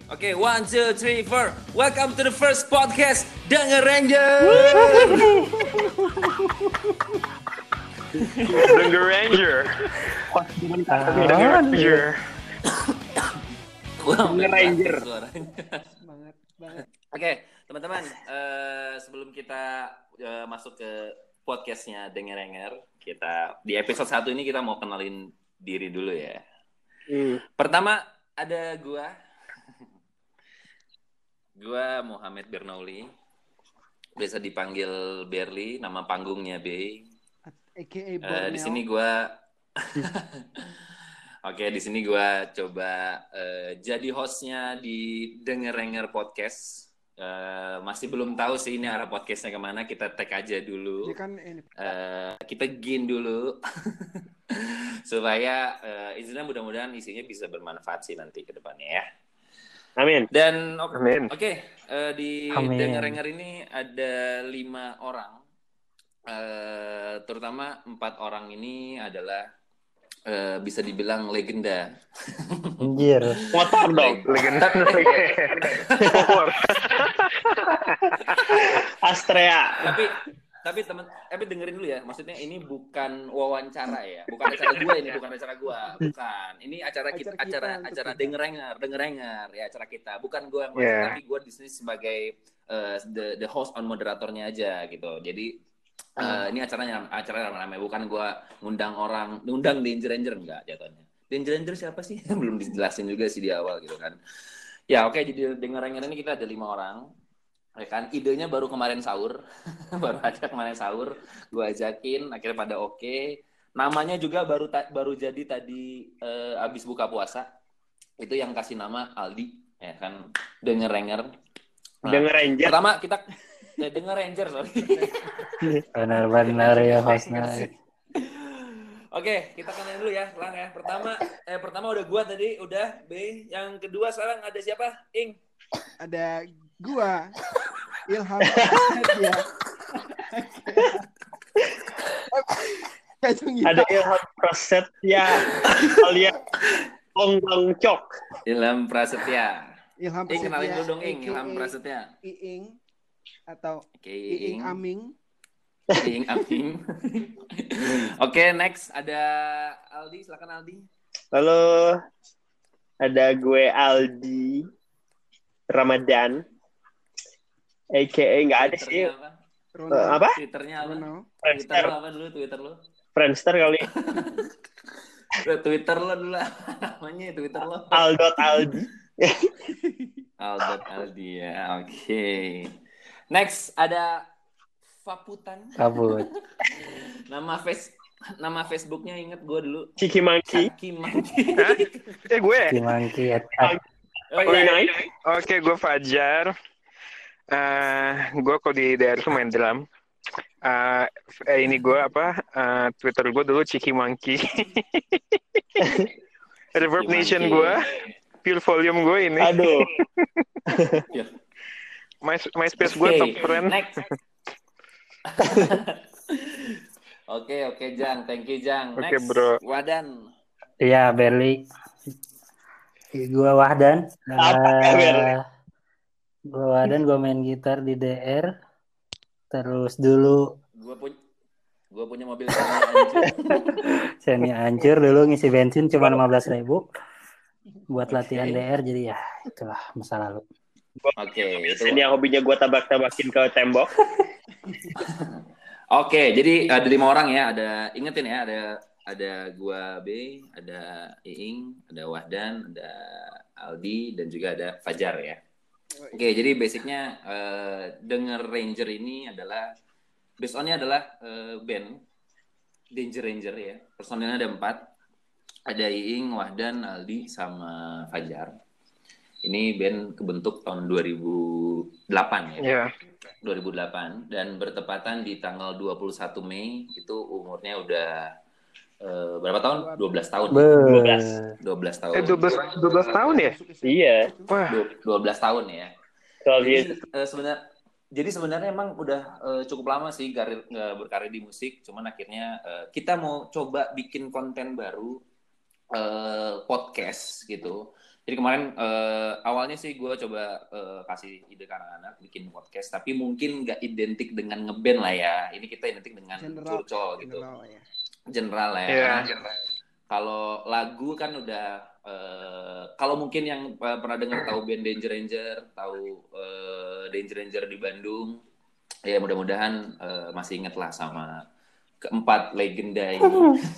Oke, 1, 2, 3, 4. Welcome to the first podcast Denger Ranger. Denger Ranger. Denger Ranger. Wow, Denger Ranger. Semangat banget. Oke, teman-teman, sebelum kita masuk ke podcastnya Denger Ranger, kita di episode 1 ini kita mau kenalin diri dulu ya. Pertama ada Gua Muhammad Bernauli, biasa dipanggil Berli, nama panggungnya B. AKA Di sini gua di sini gua coba jadi hostnya di Denger Ranger Podcast. Masih belum tahu sih ini arah podcastnya kemana, kita tag aja dulu. Ini kan ini. Kita gin dulu supaya isinya mudah-mudahan isinya bisa bermanfaat sih nanti ke depannya ya. Amin. Dan Amin. di Amin. Denger Ranger ini ada 5 orang, terutama 4 orang ini adalah bisa dibilang legenda. Anjir. Motor dong. Legenda. Motor. Astrea. Tapi dengerin dulu ya, maksudnya ini bukan wawancara ya, bukan acara gue ini, bukan acara gue, bukan. Ini acara Denger Ranger ya, acara kita. Bukan gue yang ngomong, tapi gue di sini sebagai the host on moderatornya aja gitu. Jadi ini acara ramai-ramai, bukan gue ngundang Danger Ranger enggak jatuhnya. Danger Ranger siapa sih? Belum dijelasin juga sih di awal gitu kan. Ya oke, jadi Denger Ranger ini kita ada 5 orang. Ya kan, idenya baru kemarin sahur, gue ajakin, akhirnya pada oke. Namanya juga baru jadi tadi abis buka puasa, itu yang kasih nama Aldi, ya kan, Denger Ranger. Denger Ranger. Pertama kita Denger Ranger, sorry. Benar-benar ya hostnya. Oke, kita kenalin dulu ya, Lang ya. Pertama udah gue tadi, udah B. Yang kedua sekarang ada siapa? Ing. Ada gua Ilham ya. Ada Ilham Prasetya alias Long Cok. Ilham Prasetya. Ilham Ing, kenalin dulu dong Ing, AKA Ilham Prasetya. Iing atau Iing Aming. Iing Aming. Oke, next ada Aldi, silakan Aldi. Halo. Ada gue Aldi Ramadan. AKA nggak ada sih. Apa? Twitternya apa? Friendster. Twitter lo apa dulu Twitter lo? Friendster kali. Twitter lo dulu lah. Namanya Twitter lo. Aldi. Aldi ya. Oke. Next ada Faputan. Kabut. Nama Facebooknya inget gue dulu. Ciki Monkey. Gue. Cimangki. Oke, gue Fajar. Gue kalau di daerah tuh main drum. Ini gue Twitter gue dulu Ciki Monkey. Reverb Nation gue, Pure Volume gue ini. Aduh. MySpace gue top friend. Next. Oke, Jang. Thank you, Jang. Oke, Next, bro. Wadan. Iya, Berli. Gua Wahdan. Gua Wahdan, gua main gitar di DR. Terus dulu Gua punya mobil hancur. Xenia hancur dulu ngisi bensin cuma 15.000 buat latihan DR, jadi ya itulah masa lalu. Oke, itu. Ini yang hobinya gue tabak-tabakin ke tembok. Oke, jadi ada 5 orang ya. Ingetin ya, ada gua B, ada Iing, ada Wahdan, ada Aldi, dan juga ada Fajar ya. Oke, jadi basicnya Denger Ranger ini adalah based on-nya adalah band Danger Ranger ya. Personilnya ada 4. Ada Iing, Wahdan, Aldi, sama Fajar. Ini band kebentuk tahun 2008 ya. 2008 dan bertepatan di tanggal 21 Mei itu umurnya udah berapa tahun? 12 tahun. 12 tahun. 12 tahun ya? Iya. Wah. 12 tahun ya. Jadi sebenarnya emang udah cukup lama sih berkarir di musik, cuman akhirnya kita mau coba bikin konten baru podcast gitu. Jadi kemarin awalnya sih gue coba kasih ide ke anak-anak bikin podcast, tapi mungkin nggak identik dengan ngeband lah ya. Ini kita identik dengan curcol gitu, general lah ya. Kalau lagu kan udah, kalau mungkin yang pernah dengar tahu band Danger Ranger, tahu Danger Ranger di Bandung, ya mudah-mudahan masih inget lah sama keempat legenda ini.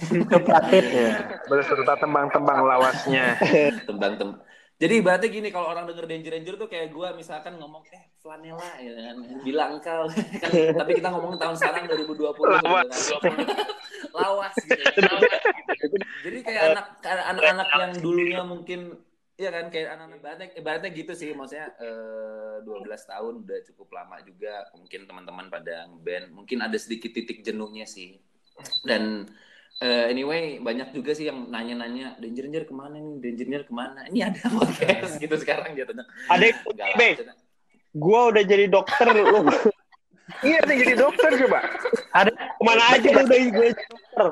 Beserta tembang-tembang lawasnya. Tembang-tembang. Jadi berarti gini, kalau orang denger Danger Ranger tuh kayak gue misalkan ngomong Flanela ya kan, bilang kau kan, tapi kita ngomong tahun sekarang 2020 Lawas. Lawas gitu kan. Jadi kayak anak-anak yang dulunya mungkin ya kan, kayak anak-anak ibaratnya gitu sih, maksudnya 12 tahun udah cukup lama juga, mungkin teman-teman pada ngeband, mungkin ada sedikit titik jenuhnya sih. Dan anyway, banyak juga sih yang nanya-nanya, Danger Ranger kemana nih? Danger Ranger kemana? Ini ada podcast gitu sekarang dia tanya. Adek, gua udah jadi dokter lu. Iya, nih jadi dokter coba. Ada Kemana aja lu udah jadi dokter.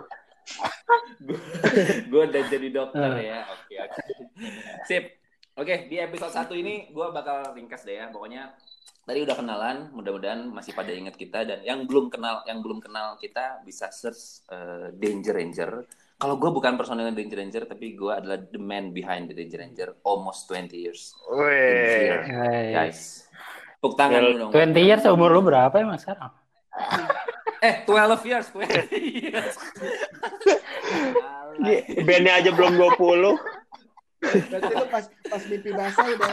Gue udah jadi dokter ya. Oke. Sip. Oke, di episode 1 ini gue bakal ringkas deh ya. Pokoknya tadi udah kenalan, mudah-mudahan masih pada ingat kita, dan yang belum kenal kita bisa search Danger Ranger. Kalau gue bukan personil Danger Ranger, tapi gue adalah the man behind the Danger Ranger, almost 20 years. Wih. Guys. Tepuk tangan dulu dong. 20 years umur lu berapa emang sekarang? 12 years. Bandnya aja belum 20. Berarti lu pas mimpi basah udah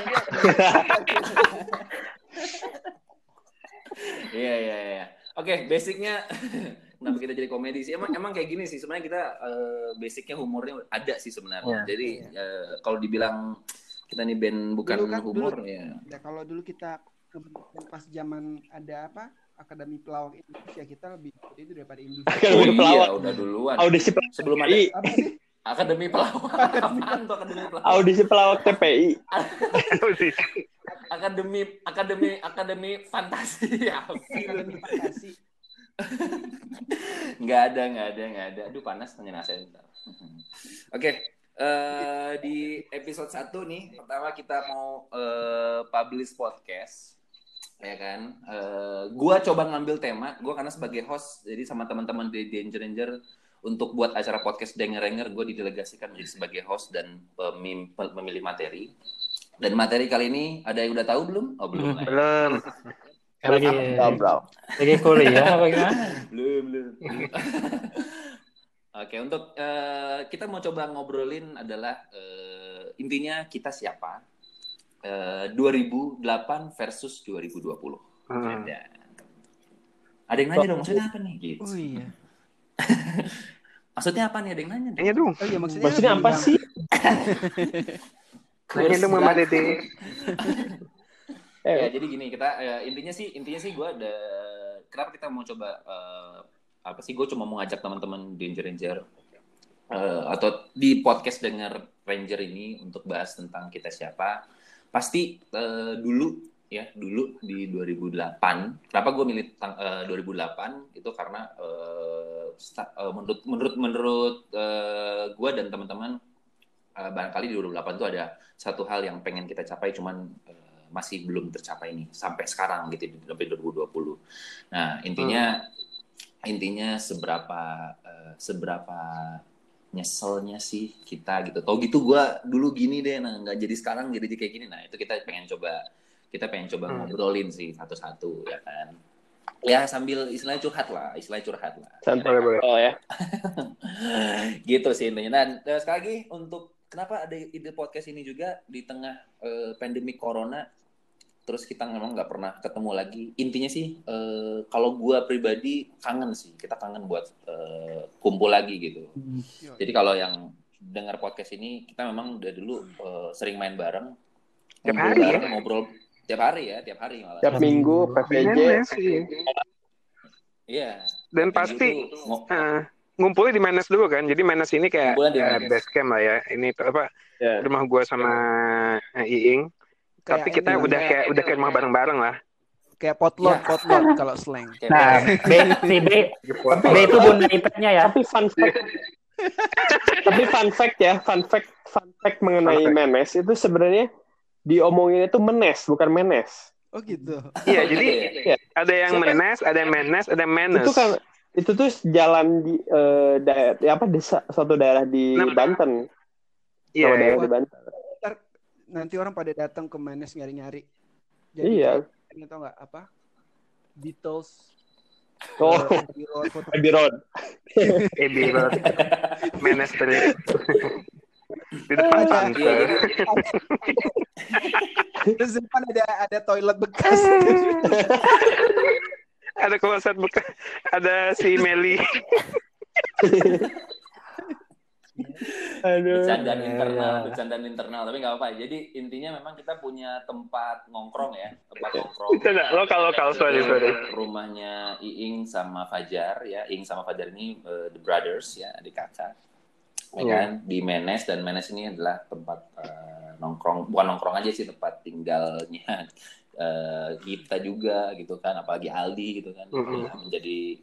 Iya. Oke, basicnya kenapa kita jadi komedi sih? Emang kayak gini sih. Sebenarnya kita basicnya humornya ada sih sebenarnya. Jadi kalau dibilang kita nih band bukan humor ya. Ya kalau dulu kita pas zaman ada apa? Akademi Pelawak Indonesia, kita lebih itu daripada Indonesia. Akademi Pelawak. Iya, udah duluan. Audisi sebelum ada Apa sih? Akademi Pelawak. Apaan tuh Akademi Pelawak? Audisi pelawak TPI. Akademi fantasi. Akademi Fantasi. Nggak ada. Aduh panas, tanya nasihat bentar. Oke. Di episode 1 nih, pertama kita mau publish podcast. Ya kan, gue coba ngambil tema, gue karena sebagai host, jadi sama teman-teman di Danger Ranger untuk buat acara podcast Danger Ranger, gue didelegasikan menjadi sebagai host dan memilih materi. Dan materi kali ini ada yang udah tahu belum? Oh belum. Belum. Lagi kuliah apa gimana? Belum. Oke, untuk kita mau coba ngobrolin adalah intinya kita siapa? 2008 versus 2020. Ada yang nanya dong, maksudnya apa nih? Gitu. Oh iya. Maksudnya apa nih? Ada yang nanya dong? Nanya dong. Oh iya, Maksudnya apa sih? Nanya dong Mama Dede. Ya, jadi gini, kita intinya sih gue ada, kenapa kita mau coba apa sih? Gue cuma mau ngajak teman-teman Danger Ranger atau di podcast Danger Ranger ini untuk bahas tentang kita siapa. Pasti dulu di 2008. Kenapa gue milih 2008 itu karena menurut gue dan teman-teman barangkali di 2008 itu ada satu hal yang pengen kita capai, cuman masih belum tercapai nih sampai sekarang gitu, sampai 2020. Nah intinya seberapa nyeselnya sih kita gitu. Tau gitu gue dulu gini deh, nah nggak jadi sekarang jadi kayak gini. Nah itu kita pengen coba ngobrolin sih satu-satu ya kan. Ya sambil istilahnya curhat lah. Santai boleh. Oh ya. Gitu sih intinya. Dan sekali lagi untuk kenapa ada ide podcast ini juga di tengah pandemi corona. Terus kita memang nggak pernah ketemu lagi. Intinya sih kalau gue pribadi kangen sih. Kita kangen buat kumpul lagi gitu. Jadi kalau yang dengar podcast ini, kita memang udah dulu sering main bareng. Ngobrol tiap hari malah. Tiap minggu PVJ. Iya. Dan pasti ngumpulnya di Menes dulu kan. Jadi Menes ini kayak base camp lah ya. Ini apa? Yeah. Rumah gue sama Iing. Tapi kita udah kayak rumah bareng-bareng lah. Kayak potluck kalau slang. Nah, B itu bunda impetnya ya. Tapi fun fact. Tapi fun fact mengenai menes itu sebenarnya diomongin itu menes bukan menes. Oh gitu. Iya, jadi ada yang menes, ada yang menes, ada yang menes. Itu tuh jalan di desa, suatu daerah di Banten. Iya, daerah di Banten. Nanti orang pada datang ke menes nyari-nyari. Jadi iya. Tau nggak apa? Beatles. Abbey Road. Menes tadi. Di depan pantai. Terus depan ada toilet bekas. Ada kloset bekas. Ada si Meli. Bercandaan internal, tapi nggak apa-apa. Jadi intinya memang kita punya tempat nongkrong ya, Lokal, sorry. Rumahnya Iing sama Fajar ya, Iing sama Fajar ini the brothers ya, adik kakak. Ya kan, di Menes, dan Menes ini adalah tempat nongkrong, bukan nongkrong aja sih, tempat tinggalnya kita juga gitu kan, apalagi Aldi gitu kan, menjadi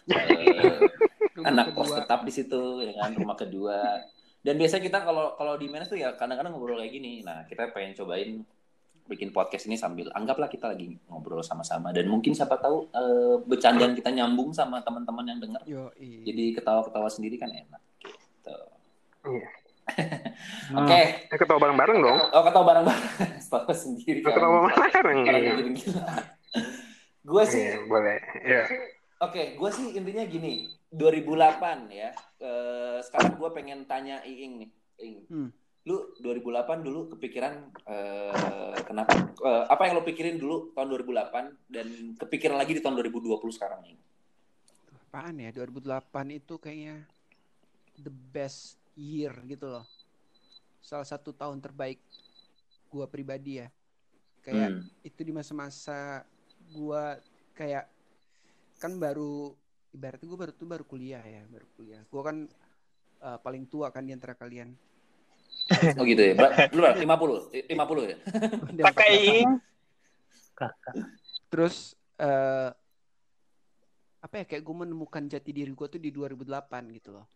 anak kos tetap di situ ya kan, rumah kedua. Dan biasa kita kalau di Menes tuh ya kadang-kadang ngobrol kayak gini. Nah, kita pengen cobain bikin podcast ini sambil anggaplah kita lagi ngobrol sama-sama, dan mungkin siapa tahu bercandaan kita nyambung sama teman-teman yang dengar. Jadi ketawa-ketawa sendiri kan enak gitu. Iya. Oke. Ketawa bareng-bareng dong. Oh, ketawa bareng-bareng. Ketawa sendiri kan. Ketawa bareng. Gue sih boleh. Iya. Oke, gue sih intinya gini, 2008 ya. Sekarang gue pengen tanya Iing nih. Lu 2008 dulu kepikiran kenapa? Apa yang lo pikirin dulu tahun 2008 dan kepikiran lagi di tahun 2020 sekarang ini? Apaan ya? 2008 itu kayaknya the best year gitu loh. Salah satu tahun terbaik gue pribadi ya. Kayak itu di masa-masa gue kayak kan ibaratnya gue baru kuliah. Gue kan paling tua kan di antara kalian. Oh gitu ya. Lu 50 ya. Kakak Iing. Terus apa ya, kayak gue menemukan jati diri gue tuh di 2008 gitu loh.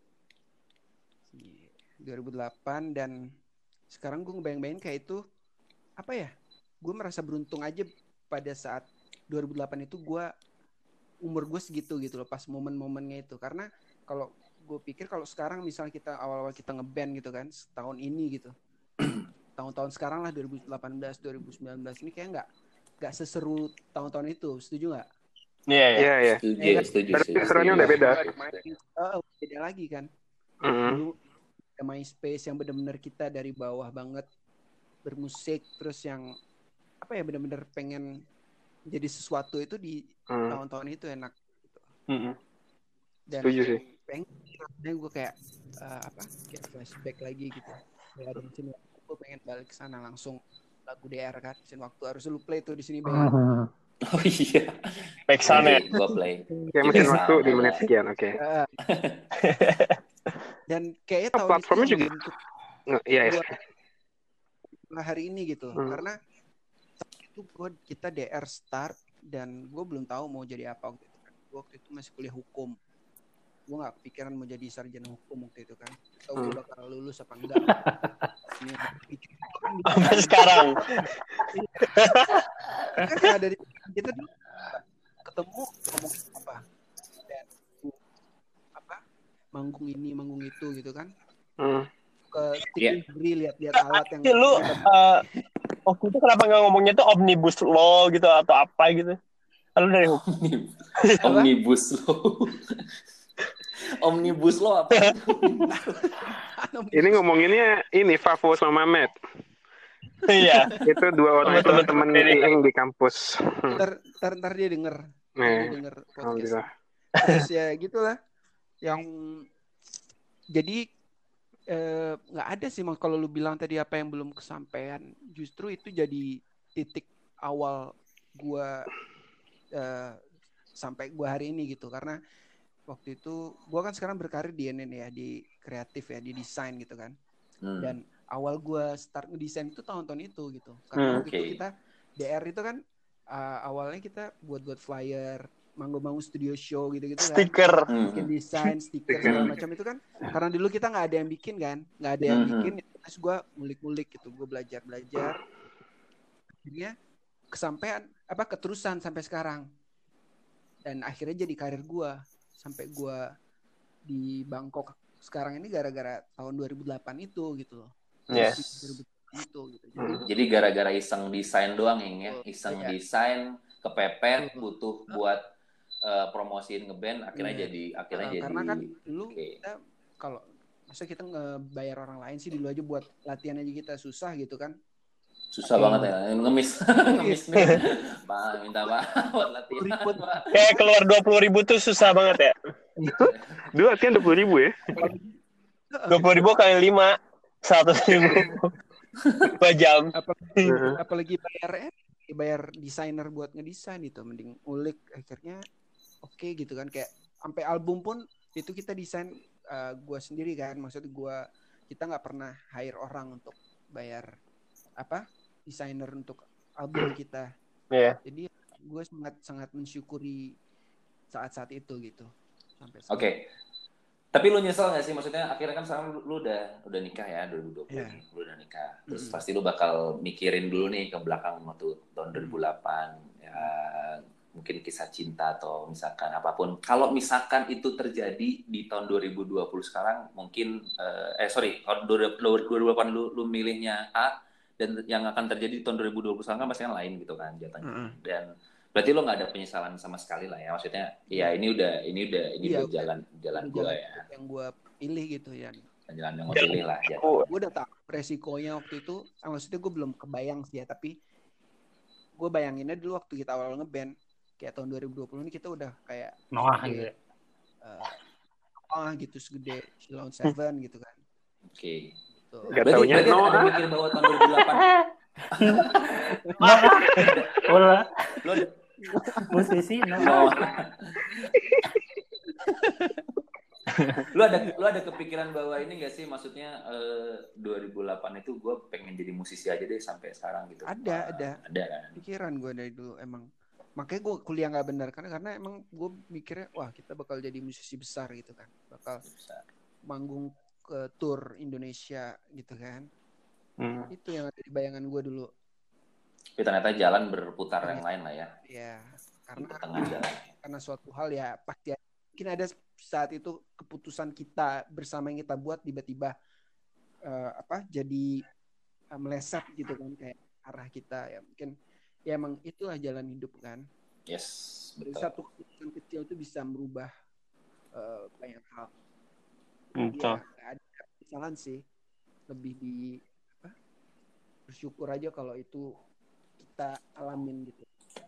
2008, dan sekarang gue ngebayang-bayangin kayak itu apa ya? Gue merasa beruntung aja pada saat 2008 itu umur gue segitu gitu loh, pas momen-momennya itu. Karena kalau gue pikir kalau sekarang misalnya kita awal-awal kita ngeband gitu kan, setahun ini gitu, tahun-tahun sekarang lah 2018, 2019 ini kayak nggak seseru tahun-tahun itu. Setuju nggak? Iya. Setuju. Serunya udah beda. Beda lagi kan. Dulu ada MySpace yang benar-benar kita dari bawah banget bermusik, terus yang apa ya, benar-benar pengen jadi sesuatu itu di tahun-tahun itu enak gitu. Dan setuju sih. Pengen gue kayak kayak flashback lagi gitu. Kayak ada mesin waktu, gue pengen balik ke sana langsung lagu DR kan, mesin waktu harus lu play tuh di sini banget. Oh iya. Back sana. Gue play. Kayak mesin waktu di menit sekian, oke. Dan kayaknya tahun platformnya itu juga. Iya. Hari ini gitu, karena itu kita DR start dan gue belum tahu mau jadi apa waktu itu kan. Gue waktu itu masih kuliah hukum. Gue gak kepikiran mau jadi sarjana hukum waktu itu kan. Tahu gue bakal lulus apa enggak. Sampai sekarang. Kan dari kita dulu ketemu ngomong apa. Dan manggung ini, manggung itu gitu kan. Ke TV lihat alat yang lu waktu itu kenapa nggak ngomongnya tuh omnibus law gitu atau apa gitu? Lalu dari hukum. Omnibus law. Omnibus law apa? Ini ngomonginnya ini Favo sama Mamet. Iya. Itu dua orang itu teman Iing di kampus. Ntar dia denger. Dia denger podcast. Terus ya gitulah. Yang jadi nggak ada sih kalau lu bilang tadi apa yang belum kesampaian, justru itu jadi titik awal gua sampai gua hari ini gitu. Karena waktu itu gua kan sekarang berkarir di NN ya, di kreatif ya, di desain gitu kan. Dan awal gua start ngedesain itu tahun-tahun itu gitu. Karena waktu itu kita DR itu kan awalnya kita buat flyer, Manggo Studio Show gitu-gitu kan. Stiker. Bikin desain, stiker segala macam itu kan. Karena dulu kita nggak ada yang bikin kan. Nggak ada yang bikin. Terus gue ngulik-ngulik gitu. Gue belajar. Akhirnya keterusan sampai sekarang. Dan akhirnya jadi karir gue. Sampai gue di Bangkok sekarang ini gara-gara tahun 2008 itu gitu loh. Yes. 2008 itu gitu. Jadi gara-gara iseng desain doang ya. Iseng desain kepepet butuh buat promosiin ngeband akhirnya jadi karena kan dulu kita kalau masa kita ngebayar orang lain sih dulu aja buat latihan aja kita susah gitu kan. Susah banget ya, ngemis nih. Minta buat latihan. Kayak keluar 20.000 tuh susah banget ya. Dulu latihan 20.000 ya. 20.000 kali 5, 100.000 per jam. Apalagi bayar desainer buat ngedesain itu, mending ulik akhirnya oke gitu kan, kayak sampai album pun itu kita desain gue sendiri kan, maksudnya kita nggak pernah hire orang untuk bayar desainer untuk album kita. Jadi gue sangat mensyukuri saat-saat itu gitu sampai sekarang. Oke. Tapi lu nyesel nggak sih, maksudnya akhirnya kan sekarang lu udah nikah ya 2020 nih, lu udah nikah. Terus pasti lu bakal mikirin dulu nih ke belakang waktu tahun 2008 ya, mungkin kisah cinta atau misalkan apapun. Kalau misalkan itu terjadi di tahun 2020 sekarang, mungkin tahun 2008 lu milihnya A, dan yang akan terjadi di tahun 2020 sekarang kan pasti yang lain gitu kan jatuhnya. Dan berarti lo nggak ada penyesalan sama sekali lah ya, maksudnya ya ini udah jalan gue ya, yang gue pilih gitu ya, jalan yang gue pilih lah. Gue udah tahu resikonya waktu itu, maksudnya gue belum kebayang sih ya, tapi gue bayanginnya dulu waktu kita awal ngeband kayak tahun 2020 ini kita udah kayak gitu segede Shilon Seven gitu kan. Oke. Gak taunya ada mikir bahwa tahun 2008 lo musisi lu ada kepikiran bahwa ini nggak sih, maksudnya 2008 itu gue pengen jadi musisi aja deh sampai sekarang gitu? Ada kan pikiran gue dari dulu emang, makanya gue kuliah nggak benar karena emang gue mikirnya wah kita bakal jadi musisi besar gitu kan, bakal manggung ke tour Indonesia gitu kan. Itu yang ada di bayangan gue dulu. Tapi ternyata jalan berputar yang lain lah ya. Iya, karena suatu hal ya pasti mungkin ada saat itu keputusan kita bersama yang kita buat tiba-tiba jadi meleset gitu kan, kayak arah kita ya mungkin ya emang itulah jalan hidup kan. Yes, betul. Satu keputusan kecil itu bisa merubah banyak hal. Betul. Ya, ada kesalahan sih, lebih bersyukur aja kalau itu kita alamin gitu.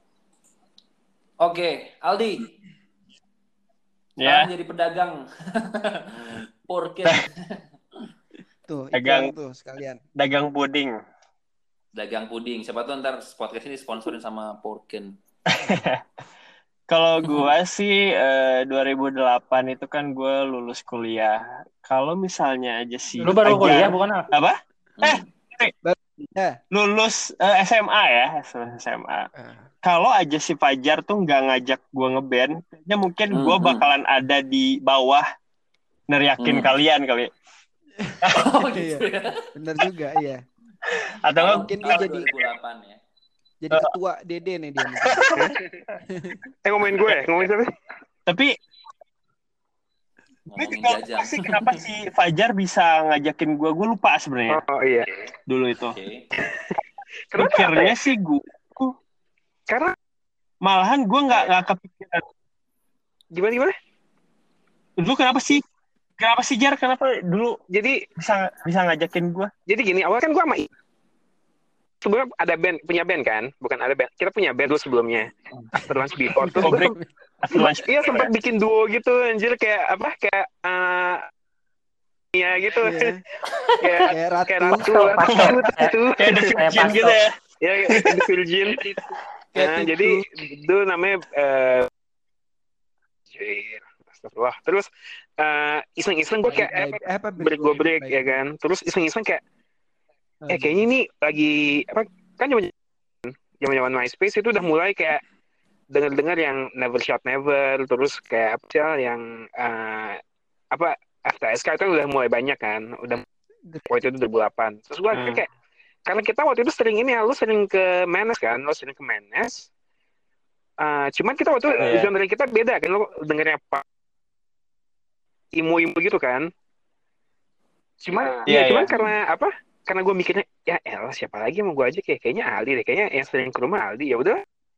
Oke, Aldi. Sekarang jadi pedagang. Porkin. Tuh, dagang tuh sekalian. Dagang puding. Siapa tuh ntar podcast ini sponsorin sama Porkin. Kalau gue sih 2008 itu kan gue lulus kuliah. Kalau misalnya aja sih. Lu baru kuliah bukan apa? Lulus SMA ya, SMA. Kalau aja si Fajar tuh nggak ngajak gue ngeband, ya mungkin gue bakalan ada di bawah neriakin kalian kali. Oh gitu ya. Bener juga ya. Atau mungkin dia jadi 2008 ya. Jadi ketua Dede nih dia. Ngomongin siapa? Tapi sih kenapa si Fajar bisa ngajakin gue lupa sebenarnya. Oh iya. Dulu itu. Pikirnya sih gue. Karena malahan gue nggak kepikiran. Gimana? Dulu kenapa sih Jar? Kenapa dulu jadi bisa ngajakin gue? Jadi gini, awal kan gue sama sebelumnya ada punya band kan, bukan ada band. Kita punya band dulu sebelumnya. Terus before tuh. Iya sempat bikin duo gitu, anjir kayak ya gitu. Kayak ratu gitu. Kayak The Virgin gitu ya. Ya The Virgin. Nah, jadi itu namanya astagfirullah. Terus iseng-iseng gue kayak break ya kan. Terus iseng-iseng kayak kayaknya ini lagi kan zaman MySpace itu udah mulai kayak dengar yang Never Shot Never, terus kayak apa yang FTSK itu udah mulai banyak kan, udah waktu itu 2008. Terus gue kayak karena kita waktu itu sering ini ya, lu sering ke Menes kan, lu sering ke Menes. Cuman kita waktu itu genre kita beda kan, lu dengernya apa? Imo gitu kan. Cuman karena apa? Karena gue mikirnya ya elah siapa lagi mau gue aja kayaknya Aldi deh, kayaknya yang sering ke rumah Aldi, ya udah.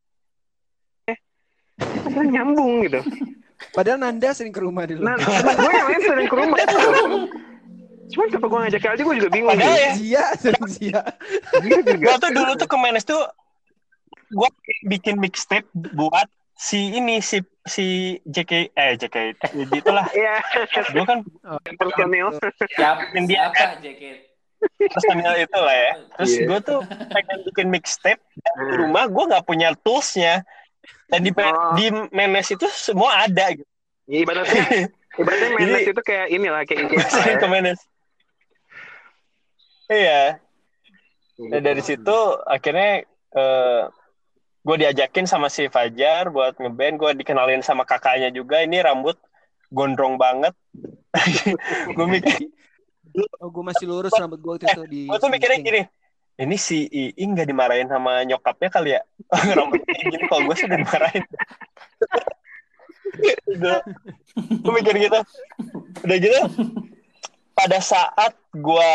Akhirnya nyambung gitu. Padahal Nanda sering ke rumah dulu. Nah, gue yang lain sering ke rumah. Cuman kenapa gue ngajak Aldi gue juga bingung. Padahal ya. Zia. Gue tuh dulu tuh ke Menes tuh gue bikin mixtape buat si JK gitulah. Iya. Gue kan personil. Siapa JK? Personil itu lah ya. Terus gue tuh pengen bikin mixtape di rumah gue nggak punya toolsnya. Dan di Menes itu semua ada gitu. Ya, ibaratnya Menes itu kayak inilah kayak ke Menes. Iya. Nah, dari situ akhirnya gue diajakin sama si Fajar buat ngeband. Gue dikenalin sama kakaknya juga. Ini rambut gondrong banget. Gue mikir, gue masih lurus rambut gue itu di. Gue tuh mikirnya gini. Ini si Iing nggak dimarahin sama nyokapnya kali ya? Rambutnya gini, kalau gue sih udah dimarahin. Gue mikir gitu. Udah gitu, pada saat gue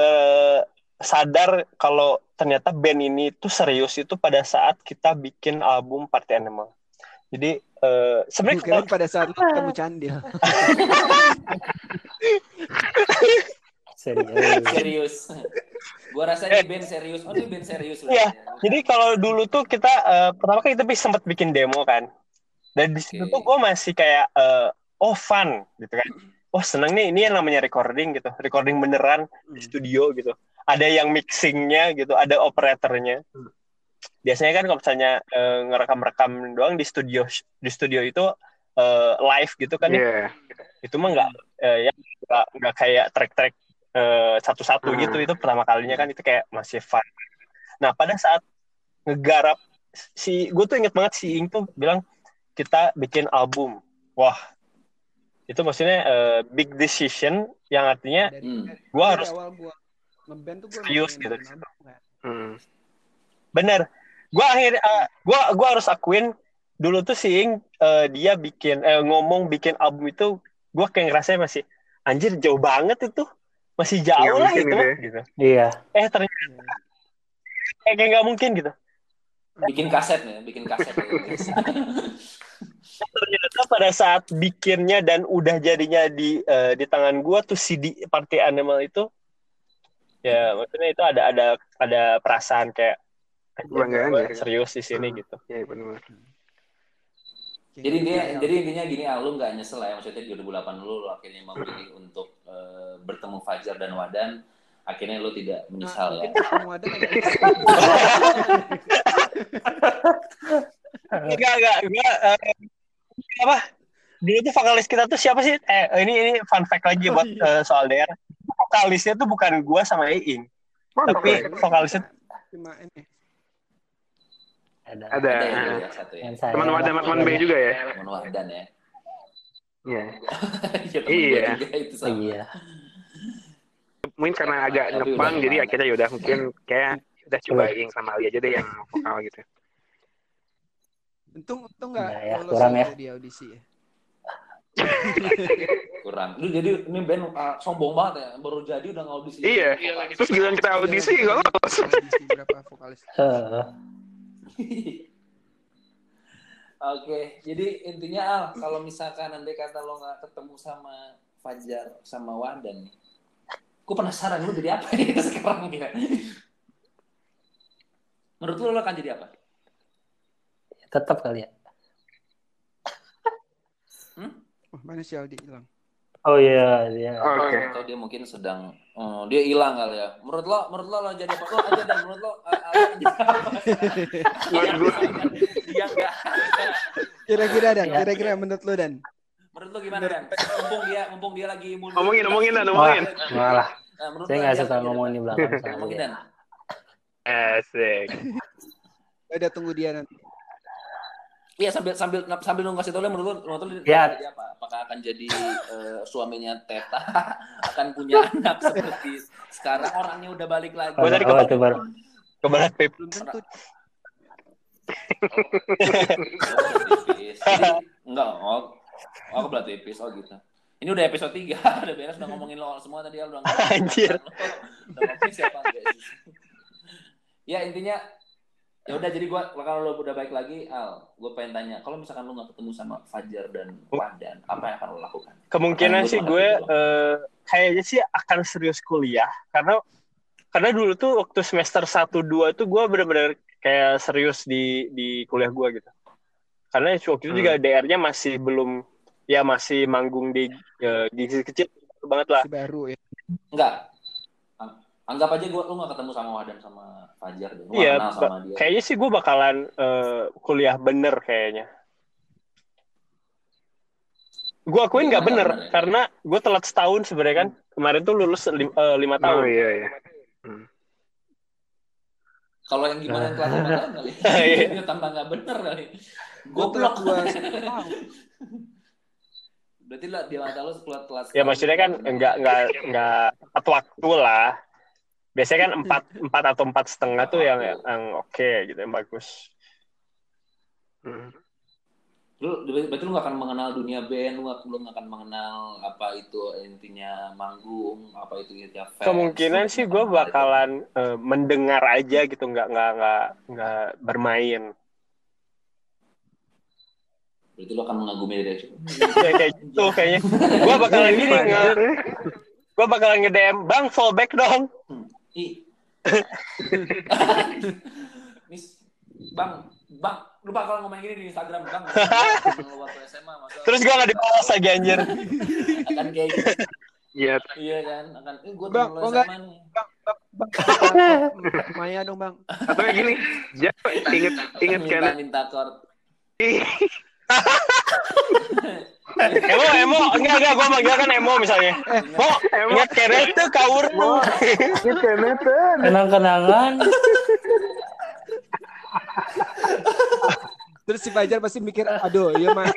sadar kalau ternyata band ini tuh serius itu pada saat kita bikin album Party Animal. Jadi sebenarnya pada saat ketemu Candil. Serius. Gua rasa ini band serius. Oh, ini band serius lah. Iya. Jadi kalau dulu tuh kita pertama kali kita sempat bikin demo kan. Dan di situ tuh gue masih kayak fun gitu kan. Seneng nih, ini yang namanya recording gitu. Recording beneran di studio gitu. Ada yang mixingnya gitu, ada operatornya. Biasanya kan kalau misalnya ngerekam-rekam doang di studio itu live gitu kan ya. Itu mah nggak kayak track-track satu-satu gitu. Itu pertama kalinya kan itu kayak masih fun. Nah pada saat ngegarap gue tuh inget banget si Ing tuh bilang kita bikin album. Wah itu maksudnya big decision yang artinya gue harus serius gitu. Bener. Gue harus akuin dulu tuh si Ing dia bikin ngomong bikin album itu gue kayak ngerasanya masih anjir jauh banget itu. Masih jauh lah itu gitu. Iya. Ternyata kayak nggak mungkin gitu. Bikin kaset. Ternyata pada saat bikinnya dan udah jadinya di tangan gua tuh CD Party Animal itu, ya maksudnya itu ada perasaan kayak serius di sini gitu. Iya benar. Jadi intinya gini, lu nggak nyesel ya, maksudnya di 2008 lu akhirnya memilih untuk bertemu Fajar dan Wadan, akhirnya lu tidak menyesal ya. Wadan enggak apa? Dulu tuh vokalis kita tuh siapa sih? Ini fun fact lagi buat soal DR. Vokalisnya tuh bukan gua sama Iing. Tapi vokalisnya ada satu ya. Teman Wadan, teman B juga ya. Teman Wadan ya. Iya. Iya. Mungkin karena agak ngepang jadi akhirnya yaudah mungkin kayak udah coba Iing sama Ali aja deh yang vokal gitu. Untung nggak kurang ya di audisi ya. Kurang. Lu jadi ini band sombong banget ya, baru jadi udah ngaudisi. Iya. Terus giliran kita audisi nggak lolos. Berapa vokalis? Oke, jadi intinya kalau misalkan nanti kata lo nggak ketemu sama Fajar sama Wadan nih, gue penasaran lu jadi apa ya sekarang ya. Menurut lo akan jadi apa? Tetap kali ya. Mana si Aldi hilang? Oh iya, dia. Oke. Atau dia mungkin sedang dia hilang kali ya. Menurut lo jadi apa? Lo aja dan menurut lo dia enggak. Kira-kira menurut lo Dan? Menurut lo gimana Dan? Mumpung dia lagi mundur. Ngomongin. Malah. Saya nggak suka ngomongin di belakang. Ngomongin Dan. Asik. Udah tunggu dia nanti. Iya sambil nunggu kasih tahu menurut lu ya. jadi apa? Apakah akan jadi suaminya Teta akan punya anak seperti sekarang orangnya udah balik lagi? Gue tadi kebalat Pip. Belum tentu. Enggak, aku kebalat tipis gitu. Ini udah episode 3, udah beres, udah ngomongin lo semua tadi, udah ngomongin. Anjir. Udah ngomongin siapa guys. Ya intinya ya udah, jadi kalau lo udah baik lagi, gue pengen tanya, kalau misalkan lo nggak ketemu sama Fajar dan Wahdan, apa yang akan lo lakukan? Kemungkinan sih gue kayaknya sih akan serius kuliah, karena dulu tuh waktu semester 1-2 tuh gue benar-benar kayak serius di kuliah gue gitu. Karena waktu itu juga DR-nya masih belum, ya masih manggung di divisi kecil banget lah. Masih baru ya. Enggak. Anggap aja lu gak ketemu sama Wahdan sama Fajar deh. Iya, kenal sama dia. Kayaknya sih gue bakalan kuliah bener kayaknya. Gue akuin nggak bener ya? Karena gue telat setahun sebenarnya kan. Kemarin tuh lulus 5 tahun. Oh iya. Kalau yang gimana yang telat 5 tahun kali? Dia tambah nggak bener kali. Goblok. Berarti lah dia mata lu telat. Ya maksudnya kan nggak tepat waktu lah. Biasanya kan 4 atau 4,5 tuh yang oke gitu, yang bagus. Berarti lu nggak akan mengenal dunia band, lu nggak akan mengenal apa itu intinya manggung, apa itu intinya fans. Kemungkinan sih gue bakalan mendengar aja gitu, nggak bermain. Berarti lu akan mengagumi dia. Kayak gitu kayaknya. Gue bakalan gini gue bakalan nge-DM, "Bang, fallback dong." Bang, lu bakal ngomong gini di Instagram, Bang. Waktu SMA, terus gue nggak dibalas lagi anjir. Akan kayak gitu. Iya kan, akan gue Bang, temen lu SMA nih. Bang. Maya dong, Bang. Atau kayak gini, inget kan minta chord. Emo enggak gue manggil kan Emo misalnya. Ingat keret tuh kaurmu. Ingat keret tuh. Kenang-kenangan. Terus si Fajar pasti mikir, aduh, iya mah.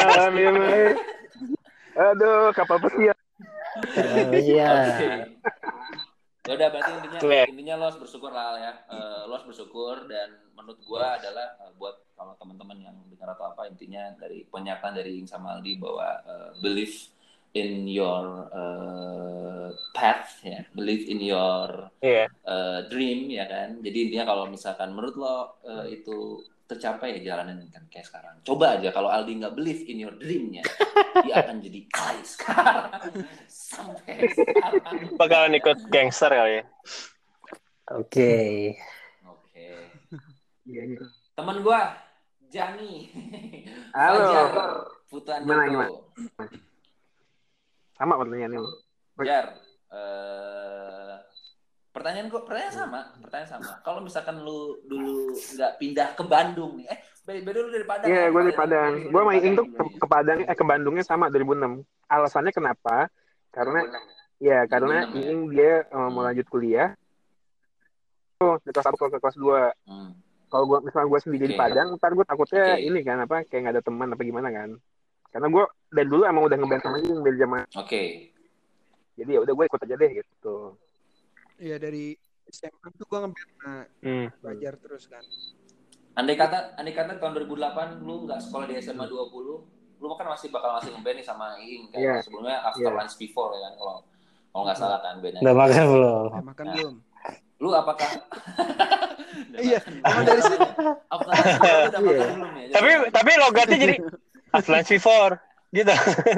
Aduh, kapal pesiar. Iya. Ya udah, berarti intinya lo harus bersyukur lah ya. Lo harus bersyukur, dan menurut gua adalah buat kalau teman-teman yang dengar atau apa, intinya dari pernyataan dari Ing sama Aldi bahwa believe in your path ya, believe in your dream ya kan. Jadi intinya kalau misalkan menurut lo itu tercapai ya jalanin kan kayak sekarang. Coba aja kalau Aldi nggak believe in your dreamnya, dia akan jadi kayak sekarang. Sampai sekarang. Bakalan ikut gangster kali ya. Oke. Temen gua Jani. Halo. Putuan gimana? Sama pertanyaan ini. Jar, pertanyaan sama. Kalau misalkan lu dulu nggak pindah ke Bandung nih, beda lu dari Padang. Iya, gue dari Padang. Gue main tuh ke Padang, ke Bandungnya sama 2006. Alasannya kenapa? Karena Iing dia mau lanjut kuliah. Di kelas 1 ke kelas 2. Kalau misalnya gue sendiri di Padang, ntar gue takutnya ini kan kayak nggak ada teman apa gimana kan? Karena gue dari dulu emang udah ngeband sama Iing dari zaman. Jadi ya udah gue ikut aja deh gitu. Iya, dari SMA tuh gue ngeband belajar terus kan. Andai kata tahun 2008 lu nggak sekolah di SMA 20, lu kan masih ngeband nih sama Iing kan. Sebelumnya After Lunch Before ya kan, kalau nggak salah kan bandnya. Udah makan belum? Makan belum. Lu apakah iya, emang dari situ. After Lunch Before udah makan belum ya? Tapi logatnya jadi After Lunch Before gitu.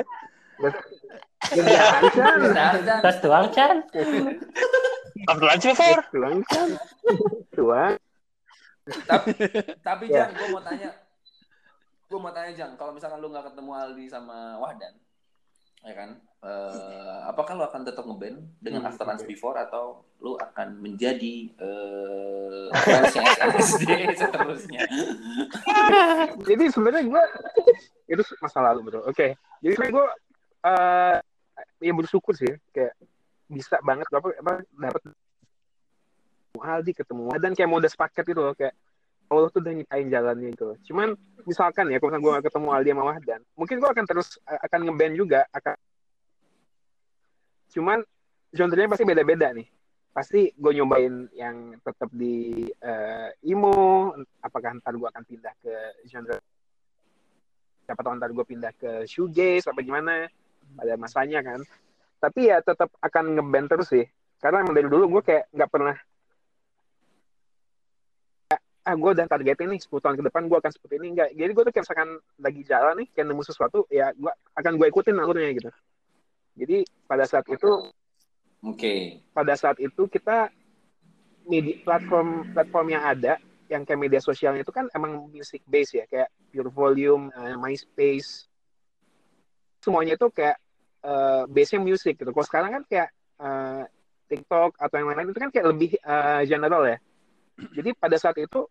Tas tuang Chan. After Lunch Before. Tuang. Tapi Jang, gue mau tanya Jang, kalau misalkan lu nggak ketemu Aldi sama Wahdan, ya kan, apakah lu akan tetap ngeband dengan After Lunch Before, atau lu akan menjadi fansnya SNSD seterusnya? Jadi sebenarnya gue itu masa lalu betul. Oke. Jadi sebenarnya gue ya bersyukur sih, kayak bisa banget dapat Aldi, ketemu Wahdan, kayak mau udah sepaket gitu loh, kayak Allah tuh udah nyiptain jalannya gitu. Cuman misalkan ya, kalau gue gak ketemu Aldi sama Wahdan, mungkin gue akan terus akan ngeband juga. Cuman genre-nya pasti beda-beda nih. Pasti gue nyobain yang tetap di emo. Apakah ntar gue akan pindah ke genre, siapa tahu ntar gue pindah ke shoegaze apa gimana, pada masanya kan. Tapi ya tetap akan ngeband terus sih. Karena emang dari dulu gue kayak gak pernah, gue udah targetin nih 10 tahun ke depan gue akan seperti ini. Enggak. Jadi gue tuh kayak misalkan lagi jalan nih, kayak nemu sesuatu, ya gue ikutin alurnya gitu. Jadi pada saat itu kita platform yang ada yang kayak media sosialnya itu kan emang music base ya, kayak Pure Volume, MySpace, semuanya itu kayak base-nya music gitu. Kalau sekarang kan kayak TikTok atau yang lain-lain itu kan kayak lebih general ya. Jadi pada saat itu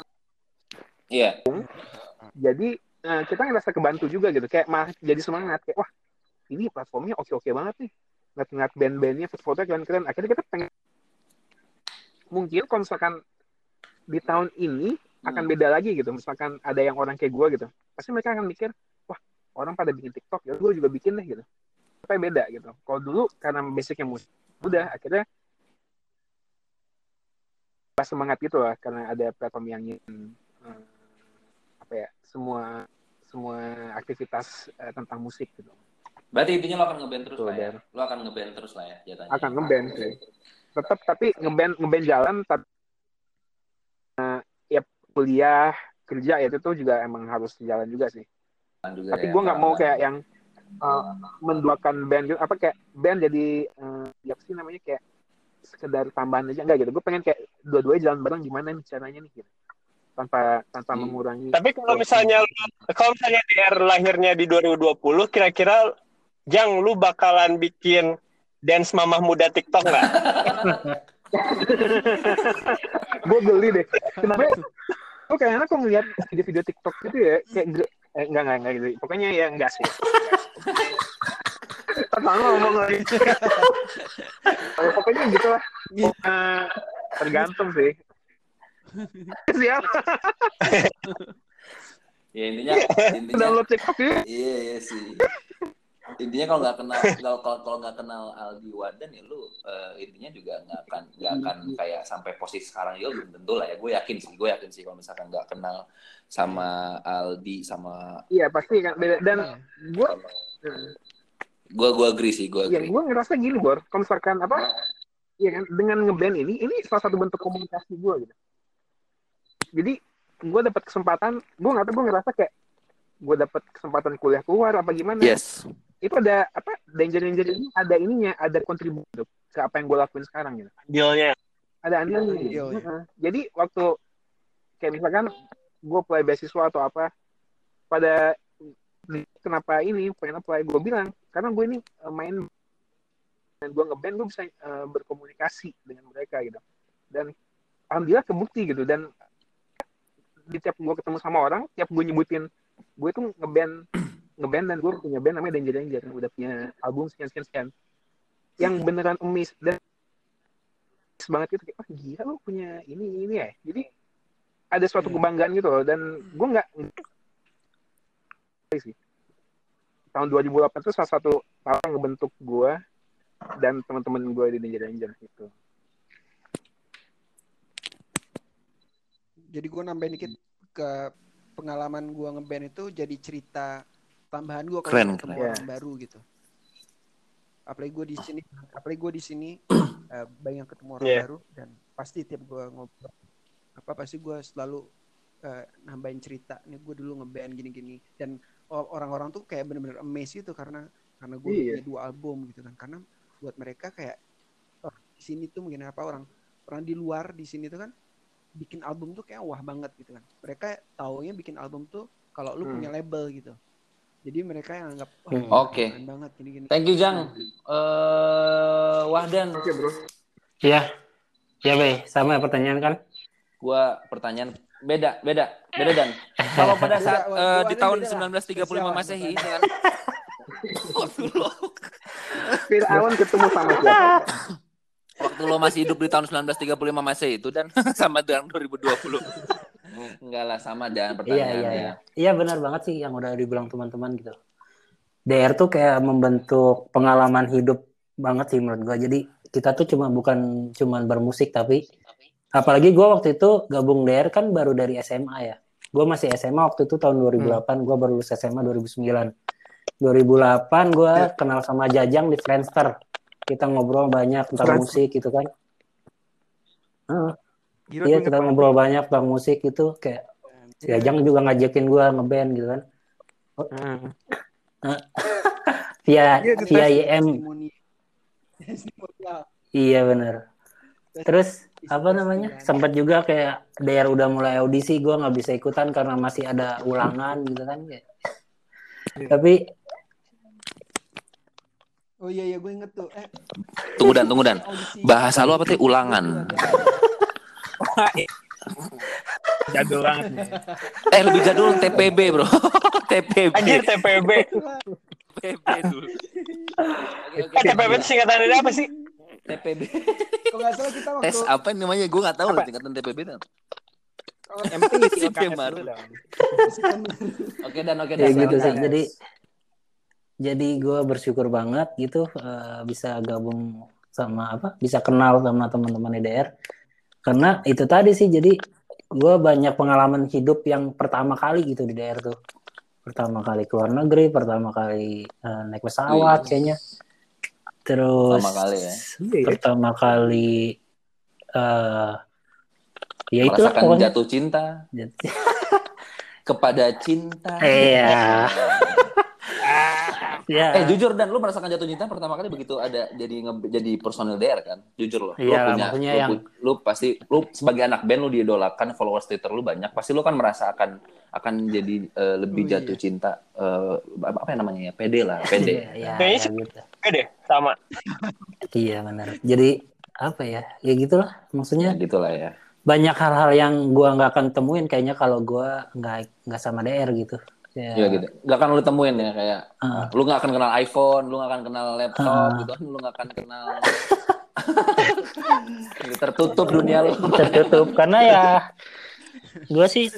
jadi kita ngerasa kebantu juga gitu, kayak malah jadi semangat kayak wah ini platformnya oke banget nih, ngeliat band-bandnya foto-fotonya keren-keren. Akhirnya kita pengen, mungkin kalau misalkan di tahun ini akan beda lagi gitu. Misalkan ada yang orang kayak gue gitu, pasti mereka akan mikir wah orang pada bikin TikTok ya gue juga bikin deh gitu. Tapi beda gitu. Kalau dulu karena basicnya musik, udah akhirnya pas semangat gitu lah, karena ada platform yang semua aktivitas tentang musik gitu. Berarti intinya lo akan ngeband terus lah ya. Lo akan ngeband terus lah ya jatanya. Akan ngeband sih. Tetap, tapi ngeband jalan, tapi ya kuliah, kerja ya itu juga emang harus jalan juga sih. Tapi gue nggak mau kayak yang menduakan band gitu, kayak band jadi apa sih namanya, kayak sekedar tambahan aja, enggak gitu. Gue pengen kayak dua-duanya jalan bareng, gimana nih caranya nih gitu. Tanpa mengurangi. Tapi kalau misalnya DR lahirnya di 2020, kira-kira Jang, lu bakalan bikin dance mamah muda TikTok nggak? Gue geli deh. Kenapa? Gue kayaknya kok ngeliat video-video TikTok gitu ya, kayak enggak gitu. Pokoknya ya enggak sih. Ngomong lagi. Pokoknya gitu lah. Tergantung sih. Siapa? Ya intinya download TikTok ya. Iya sih. Intinya kalau nggak kenal Aldi Wahdan ya lu intinya juga nggak akan kayak sampai posisi sekarang ya, belum tentu lah ya. Gue yakin sih kalau misalkan nggak kenal sama Aldi sama. Iya pasti kan beda. Dan gue agree sih, Iya, gue ngerasa gini Bor, kalau misalkan ya kan, dengan ngeband ini salah satu bentuk komunikasi gue gitu. Jadi gue dapat kesempatan, gue ngerasa kayak gue dapat kesempatan kuliah keluar apa gimana. Yes. Itu ada danger ini, ada ininya, ada kontribusi ke apa yang gue lakuin sekarang gitu. Dealnya. Ada andilnya. Jadi waktu kayak misalkan gue apply beasiswa atau apa, pada kenapa pengen apply, gue bilang karena gue ini main dan gue ngeband, gue bisa berkomunikasi dengan mereka gitu. Dan alhamdulillah kebukti gitu. Dan di tiap gue ketemu sama orang, tiap gue nyebutin gue tuh ngeband dan gue punya band namanya Danger, udah punya album sekian yang beneran emis dan banget gitu, kayak gila lo punya ini ya. Jadi ada suatu kebanggaan gitu loh. Dan gue nggak sih, tahun 2008 itu salah satu hal yang ngebentuk gue dan teman-teman gue di Danger gitu. Jadi gue nambahin dikit ke pengalaman gue ngeband itu, jadi cerita tambahan gue kalau ketemu orang baru gitu. Apalagi gue di sini banyak ketemu orang baru, dan pasti tiap gue ngobrol pasti gue selalu nambahin cerita. Nih gue dulu ngeband gini-gini, dan orang-orang tuh kayak bener-bener amazed gitu karena gue punya 2 album gitu kan. Karena buat mereka kayak di sini tuh mungkin orang di luar di sini tuh kan bikin album tuh kayak wah banget gitu kan. Mereka taunya bikin album tuh kalau lu punya label gitu. Jadi mereka yang anggap keren banget gini-gini. Thank you Jang. Wahdan. Oke, Bro. Iya. Iya, Bay. Sama pertanyaan kan? Gua pertanyaan beda Dan. Kalau pada saat di tahun 1935 Masehi dengan Fir'aun ketemu sama siapa? Waktu lo masih hidup di tahun 1935 Masehi itu dan sama dengan 2020. Enggak lah, sama dan pertanyaannya. Iya benar banget sih yang udah dibilang teman-teman gitu. DR tuh kayak membentuk pengalaman hidup banget sih menurut gue. Jadi kita tuh bukan cuma bermusik, tapi apalagi gue waktu itu gabung DR kan baru dari SMA ya. Gue masih SMA waktu itu tahun 2008, gue baru lulus SMA 2009. 2008 gue kenal sama Jajang di Friendster. Kita ngobrol banyak tentang musik gitu kan. Iya, kita ngobrol banyak tentang musik itu kayak Jajang juga ngajakin gue ngeband gitu kan. via IM. Iya benar. Terus apa namanya? Sempat juga kayak DR udah mulai audisi, gue nggak bisa ikutan karena masih ada ulangan gitu kan. Tapi oh iya gue inget tuh. Tunggu dan. Bahasa lu apa tuh? Ulangan. Jadul banget. Lebih jadul TPB, Bro. TPB. Anjir TPB. TPB dulu. Oke. TPB itu singkatan dari apa sih? TPB. Kalau nggak salah kita waktu tes apa namanya? Gue nggak tahu loh tingkatan TPB itu. Yang penting isi LKS dulu dong. Oke dan ya gitu sih. Jadi gue bersyukur banget gitu bisa gabung sama bisa kenal sama teman-teman IDR. Karena itu tadi sih, jadi gue banyak pengalaman hidup yang pertama kali gitu di daerah tuh. Pertama kali keluar negeri, pertama kali naik pesawat kayaknya. Terus pertama kali ya itu merasakan jatuh cinta kepada cinta. Iya. Ya. Jujur dan lu merasakan jatuh cinta pertama kali begitu ada jadi personil DR kan? Jujur loh. Iya, lu pasti lu sebagai anak band lu diidolakan, followers Twitter lu banyak, pasti lu kan merasa akan jadi lebih jatuh cinta apa namanya ya? PD. Iya, gitu. Pede sama. Iya benar. Jadi apa ya? Ya gitulah maksudnya. Ya, gitulah ya. Banyak hal-hal yang gua nggak akan temuin kayaknya kalau gua nggak sama DR gitu. Ya gitu. Gak akan lu temuin ya kayak lu gak akan kenal iPhone, lu gak akan kenal laptop gitu kan, lu gak akan kenal tertutup dunia lu. Tertutup karena ya gue sih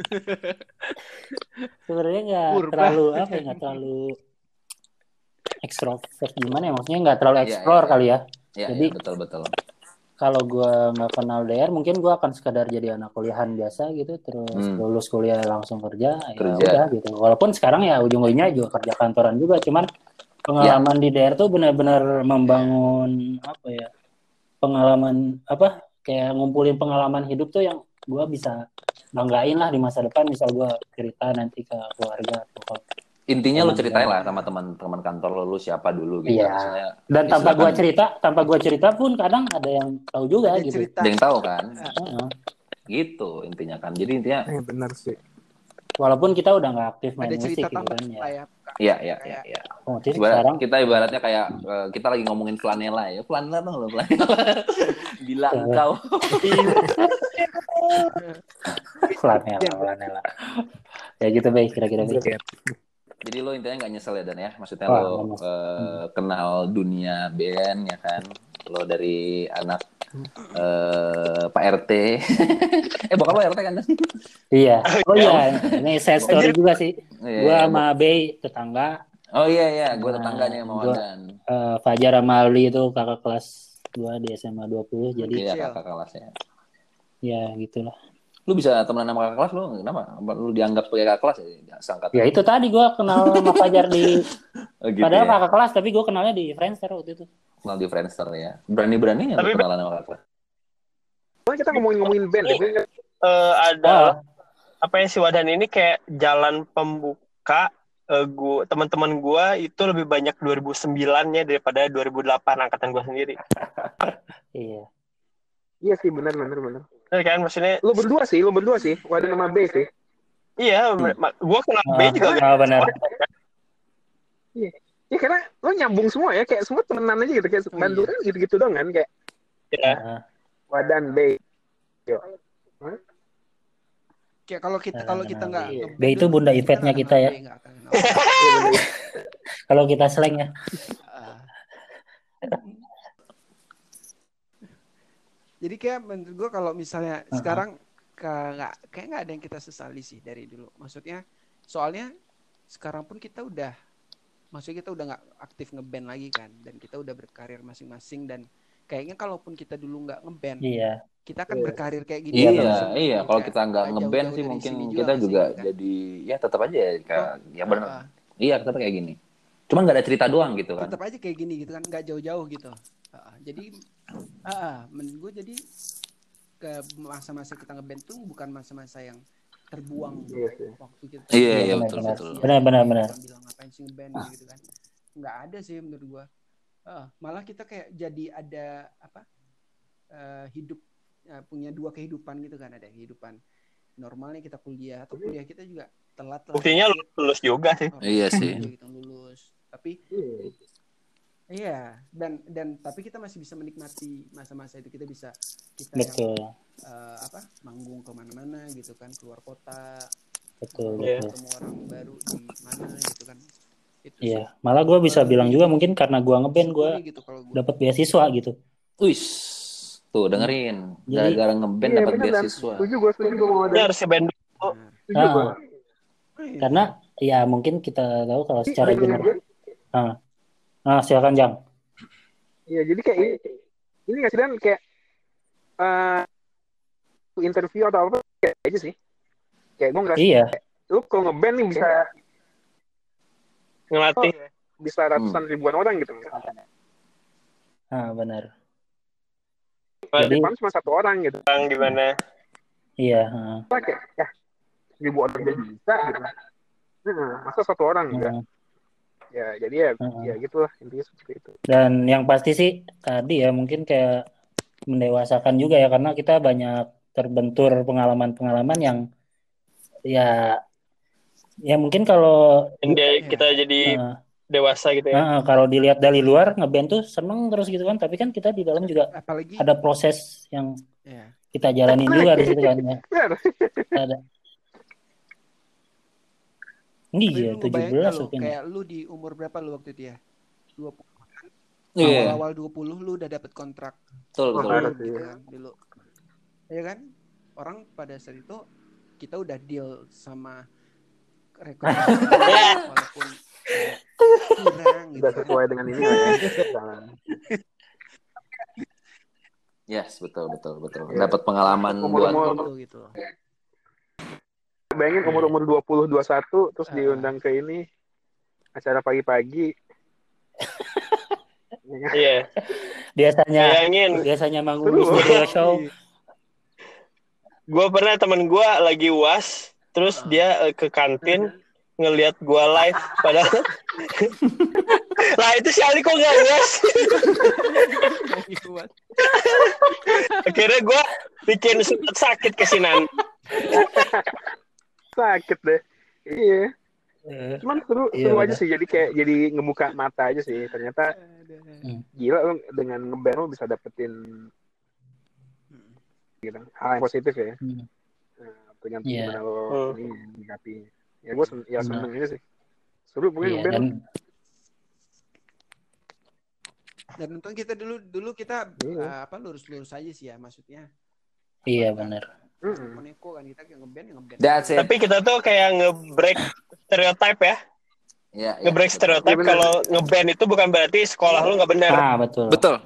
sebenarnya nggak terlalu ekstrovert gimana ya, maksudnya nggak terlalu explore kali ya. Jadi betul. Kalau gue nggak kenal DR, mungkin gue akan sekadar jadi anak kuliahan biasa gitu, terus lulus kuliah langsung kerja. Ya udah gitu. Walaupun sekarang ya ujung-ujungnya juga kerja kantoran juga, cuman pengalaman di DR tuh benar-benar membangun pengalaman kayak ngumpulin pengalaman hidup tuh yang gue bisa banggain lah di masa depan. Misal gue cerita nanti ke keluarga atau intinya lu ceritain lah sama teman-teman kantor lu siapa dulu gitu. Iya. Dan tanpa gua cerita pun kadang ada yang tahu juga ada gitu. Ada yang tahu kan? Gitu intinya kan. Jadi intinya benar sih. Walaupun kita udah nggak aktif main musik gitu kan ya. Iya. Oh, sekarang kita ibaratnya kayak kita lagi ngomongin flanela ya. Flanela tuh flanela. Bila engkau flanela. Ya gitu baik kira-kira baik. Jadi lo intinya nggak nyesel ya Dan ya, maksudnya lo kenal dunia band ya kan, lo dari anak Pak RT, bokap lo RT kan? Iya, ini sad story juga sih. Gua sama Bey tetangga. Oh iya, gue tetangganya sama Wadan. Fajar sama Ali itu kakak kelas 2 di SMA 20, jadi iya kakak kelas ya. Ya gitulah. Lu bisa temenan sama kakak kelas lu, kenapa? Lu dianggap sebagai kakak kelas ya? Ya itu tadi gue kenal sama Fajar di gitu padahal kakak kelas, tapi gue kenalnya di Friendster waktu itu. Kenal di Friendster ya. Berani-beraninya lu kenalan sama kakak kelas. Kita ngomongin band deh. Ada apa yang si Wadan ini kayak jalan pembuka teman-teman gue itu lebih banyak 2009-nya daripada 2008 angkatan gue sendiri. Iya. Iya sih benar. Kan maksudnya lu berdua sih Wadan sama B sih. Iya, gue kenal B juga benar. Iya. Ya karena lo nyambung semua ya, kayak semua temenan aja gitu, kayak bantuan gitu-gitu dong kan kayak. Iya. Wadan B. Yo. Kayak kalau kita nggak B itu bunda Ivetnya kita ya. Kalau kita slang ya. Jadi kayak menurut gue kalau misalnya sekarang kayak nggak ada yang kita sesali sih dari dulu. Maksudnya soalnya sekarang pun kita udah nggak aktif ngeband lagi kan, dan kita udah berkarir masing-masing, dan kayaknya kalaupun kita dulu nggak ngeband, kita akan berkarir kayak gini. Iya. Kalau kita nggak ngeband sih mungkin kita juga kan? Jadi ya tetap aja ya benar. Iya tetap kayak gini. Cuma nggak ada cerita doang gitu kan. Tetap aja kayak gini gitu kan, nggak jauh-jauh gitu. Jadi menurut gue jadi ke masa-masa kita ngeband tuh bukan masa-masa yang terbuang waktu kita. Iya betul. Benar. Bilang ngapain sih ngeband gitu kan? Nggak ada sih menurut gue. Malah kita kayak jadi ada hidup punya dua kehidupan gitu kan, ada kehidupan normalnya kita kuliah, atau kuliah kita juga telat lah. Buktinya lulus juga sih. Iya sih. Kita lulus. Tapi iya, dan tapi kita masih bisa menikmati masa-masa itu. Kita betul. Yang manggung kemana-mana gitu kan, keluar kota, betul. ketemu orang baru di mana gitu kan. Itu iya, malah gue bisa bilang juga mungkin karena gue ngeband gue gitu, dapat beasiswa gitu. Wih, tuh dengerin. Gara-gara ngeband dapat beasiswa. Setuju gue mau ada. Harus band dulu. Karena ya mungkin kita tahu kalau secara general. Silakan Jang. Iya, jadi kayak ini nggak sih, Dan, kayak interview atau apa kayak aja sih. Kayak gue ngerasa lu kalau ngeband nih bisa ngelatih bisa ratusan ribuan orang gitu. Benar. Jadi cuma satu orang gitu. Orang gimana? Iya. Kayak ribu orang dia bisa gitu. Masa satu orang enggak? Ya jadi ya gitulah intinya seperti itu. Dan yang pasti sih tadi ya mungkin kayak mendewasakan juga ya, karena kita banyak terbentur pengalaman-pengalaman yang ya mungkin kalau kita jadi dewasa gitu ya. Kalau dilihat dari luar ngeband tuh seneng terus gitu kan, tapi kan kita di dalam juga apalagi ada proses yang kita jalanin juga di situ kan ya. Ada. Iya, 17 kayak lu di umur berapa lu waktu itu ya? 20. Awal-awal 20 lu udah dapet kontrak. Betul. Gitu kan, dulu. Ya kan? Orang pada saat itu kita udah deal sama rekor walaupun kurang gitu. Udah sesuai dengan ini ya. Yes, betul. Dapat pengalaman buat gitu. Bayangin umur 20, 21 terus diundang ke ini acara pagi-pagi. Iya. Biasanya manggung di studio show. Gue pernah temen gue lagi UAS, terus dia ke kantin ngelihat gue live, padahal lah itu si Ali kok nggak UAS. Akhirnya gue bikin sakit kesinan. Sakit deh. Iya. Cuman seru aja sih, jadi kayak jadi ngebuka mata aja sih. Ternyata gila lo dengan ngeband lo bisa dapetin gitu, hal yang positif ya. Tergantung gimana lo ini menyikapi. Ya gue seneng ini sih. Seru pokoknya ngeband. Dan untung kita dulu kita lurus-lurus aja sih ya, maksudnya. Iya benar. Moneko kan kita kayak ngeband. Tapi kita tuh kayak nge-break stereotype ya. Iya. Nge-break stereotype kalau ngeband itu bukan berarti sekolah lu nggak benar. Betul.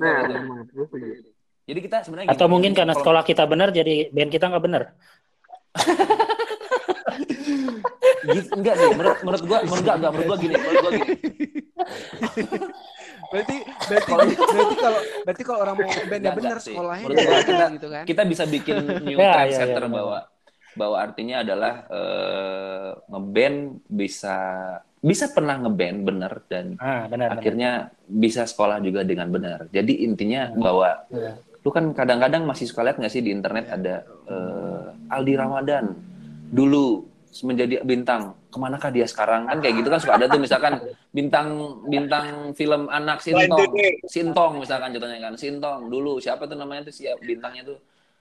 Jadi kita sebenarnya atau mungkin karena sekolah kita benar jadi band kita nggak benar. Enggak sih, menurut gua gini. Berarti kalau orang mau band benar sekolahnya gitu kan. Kita bisa bikin new trend center bahwa artinya adalah ngeband bisa pernah ngeband benar dan akhirnya bisa sekolah juga dengan benar. Jadi intinya bahwa lu kan kadang-kadang masih suka lihat nggak sih di internet ada Aldi Ramadan dulu menjadi bintang, kemanakah dia sekarang, kan kayak gitu kan suka ada tuh, misalkan bintang film anak Sintong misalkan contohnya kan, Sintong dulu siapa tuh namanya tuh bintangnya tuh,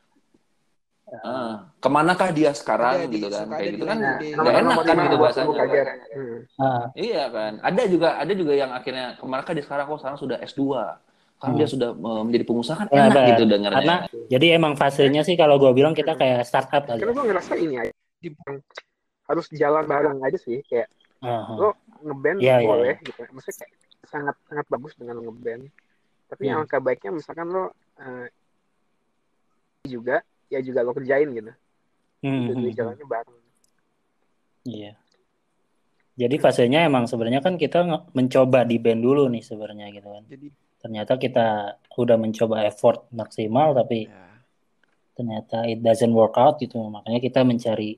kemanakah dia sekarang gitu kan, kayak gitu kan nggak enak kan gitu bahasanya. Iya kan, ada juga yang akhirnya kemanakah dia sekarang, kok sekarang sudah S2, Kalau dia sudah menjadi pengusaha kan enak gitu dengarnya. Karena jadi emang fasenya sih kalau gue bilang kita kayak startup aja. Karena gue ngerasa ini aja harus jalan bareng aja sih, kayak lo ngeband boleh gitu, maksudnya kayak sangat sangat bagus dengan lo ngeband, tapi alangkah baiknya misalkan lo juga lo kerjain gitu, jadi jalannya bareng. Iya. Jadi fasenya emang sebenarnya kan kita mencoba di band dulu nih sebenarnya gitu kan. Jadi ternyata kita udah mencoba effort maksimal tapi ternyata it doesn't work out gitu, makanya kita mencari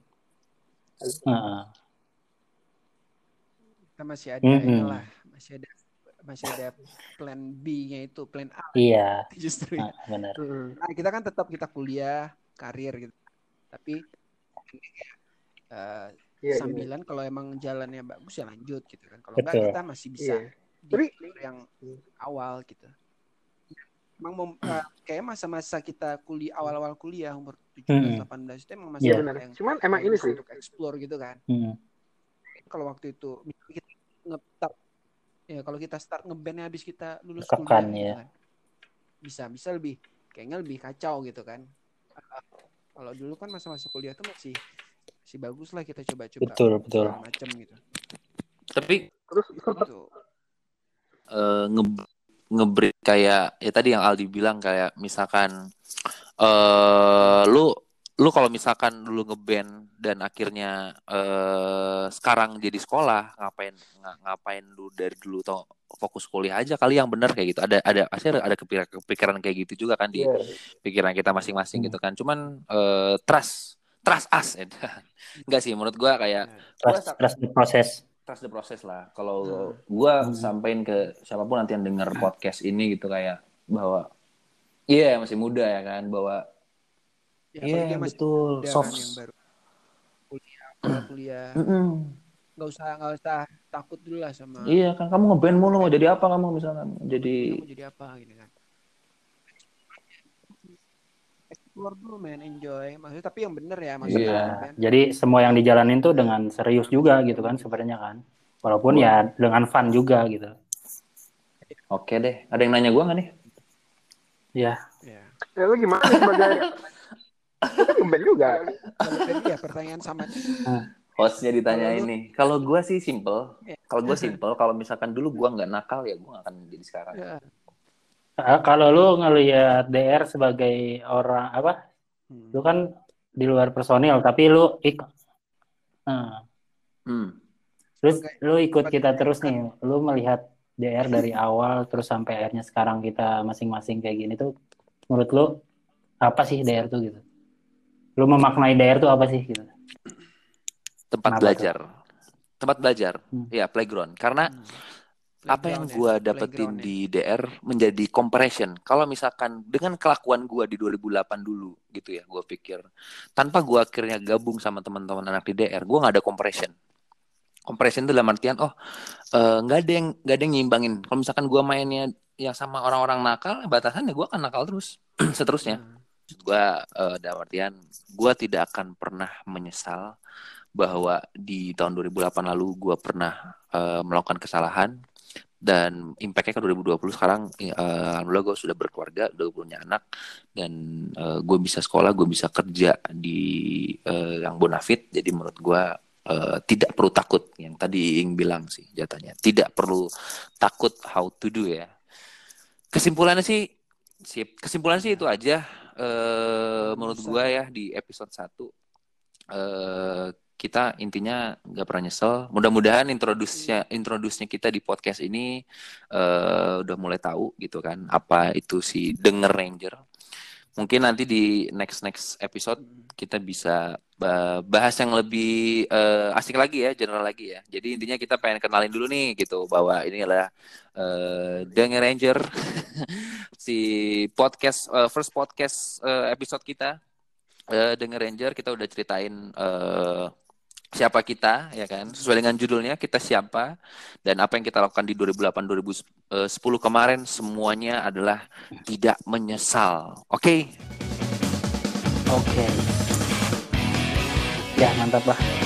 kita masih ada inilah, masih ada plan B-nya itu, plan A. Iya. Justru benar. Nah, kita kan tetap kita kuliah, karir gitu. Tapi sambilan kalau emang jalannya bagus ya lanjut gitu kan. Kalau enggak kita masih bisa di yang awal gitu. Emang kayak masa-masa kita awal-awal kuliah umur 17-18 itu emang masih yang cuman emang ini sih untuk explore gitu kan. Kalau waktu itu kita kalau kita start ngeband habis kita lulus kuliah gitu kan. Bisa lebih kayaknya lebih kacau gitu kan. Kalau dulu kan masa-masa kuliah tuh masih bagus lah kita coba-coba betul macam gitu. Tapi terus ngebreak kayak ya tadi yang Aldi bilang, kayak misalkan lu kalau misalkan dulu ngeband dan akhirnya sekarang jadi sekolah, ngapain lu dari dulu toh fokus kuliah aja kali yang benar kayak gitu. Ada kepikiran kayak gitu juga kan di pikiran kita masing-masing gitu kan. Cuman trust us. Enggak sih, menurut gue kayak trust the process lah. Kalau gue sampein ke siapapun nanti yang denger podcast ini gitu, kayak bahwa masih muda ya kan, bahwa betul soft kan, yang baru kuliah nggak usah takut dulu lah sama kan kamu ngeband mulu, mau jadi apa kamu misalkan mau jadi apa gitu kan. Explore dulu enjoy maksudnya, tapi yang bener ya maksudnya. Jadi semua yang dijalanin tuh dengan serius juga gitu kan sebenarnya kan, walaupun ya dengan fun juga gitu. Oke deh, ada yang nanya gue nggak nih? Ya lu gimana sebagai kita ngeband juga? Ya pertanyaan sama hostnya ditanya ini. Kalau gue sih simple. Kalau misalkan dulu gue nggak nakal ya gue nggak akan jadi sekarang. Kalau lu ngelihat DR sebagai orang apa? Lu kan di luar personil tapi lu terus lu ikut kita terus nih. Lu melihat DR dari awal terus sampai akhirnya sekarang kita masing-masing kayak gini tuh, menurut lu apa sih DR tuh gitu? Lu memaknai DR tuh apa sih gitu? Tempat belajar. Ya, playground. Karena apa yang gue dapetin di DR menjadi comparison. Kalau misalkan dengan kelakuan gue di 2008 dulu gitu ya, gue pikir tanpa gue akhirnya gabung sama teman-teman anak di DR, gue nggak ada comparison. Comparison itu dalam artian nggak ada yang nyimbangin. Kalau misalkan gue mainnya yang sama orang-orang nakal, batasannya gue akan nakal terus seterusnya. Gue dalam artian gue tidak akan pernah menyesal bahwa di tahun 2008 lalu gue pernah melakukan kesalahan, dan impactnya ke 2020 sekarang alhamdulillah gue sudah berkeluarga, udah punya anak, dan gue bisa sekolah, gue bisa kerja di yang bonafit. Jadi menurut gue tidak perlu takut, yang tadi Ing bilang sih jatanya tidak perlu takut how to do ya. Kesimpulannya sih itu aja menurut gue ya di episode 1. Kita intinya nggak pernah nyesel. Mudah-mudahan introduce-nya kita di podcast ini udah mulai tahu gitu kan apa itu si The Ranger. Mungkin nanti di next episode kita bisa bahas yang lebih asik lagi ya, general lagi ya. Jadi intinya kita pengen kenalin dulu nih gitu bahwa ini adalah The Ranger si podcast first podcast episode kita. The Ranger, kita udah ceritain siapa kita ya kan, sesuai dengan judulnya kita siapa dan apa yang kita lakukan di 2008-2010 kemarin, semuanya adalah tidak menyesal. Oke. Ya mantap lah.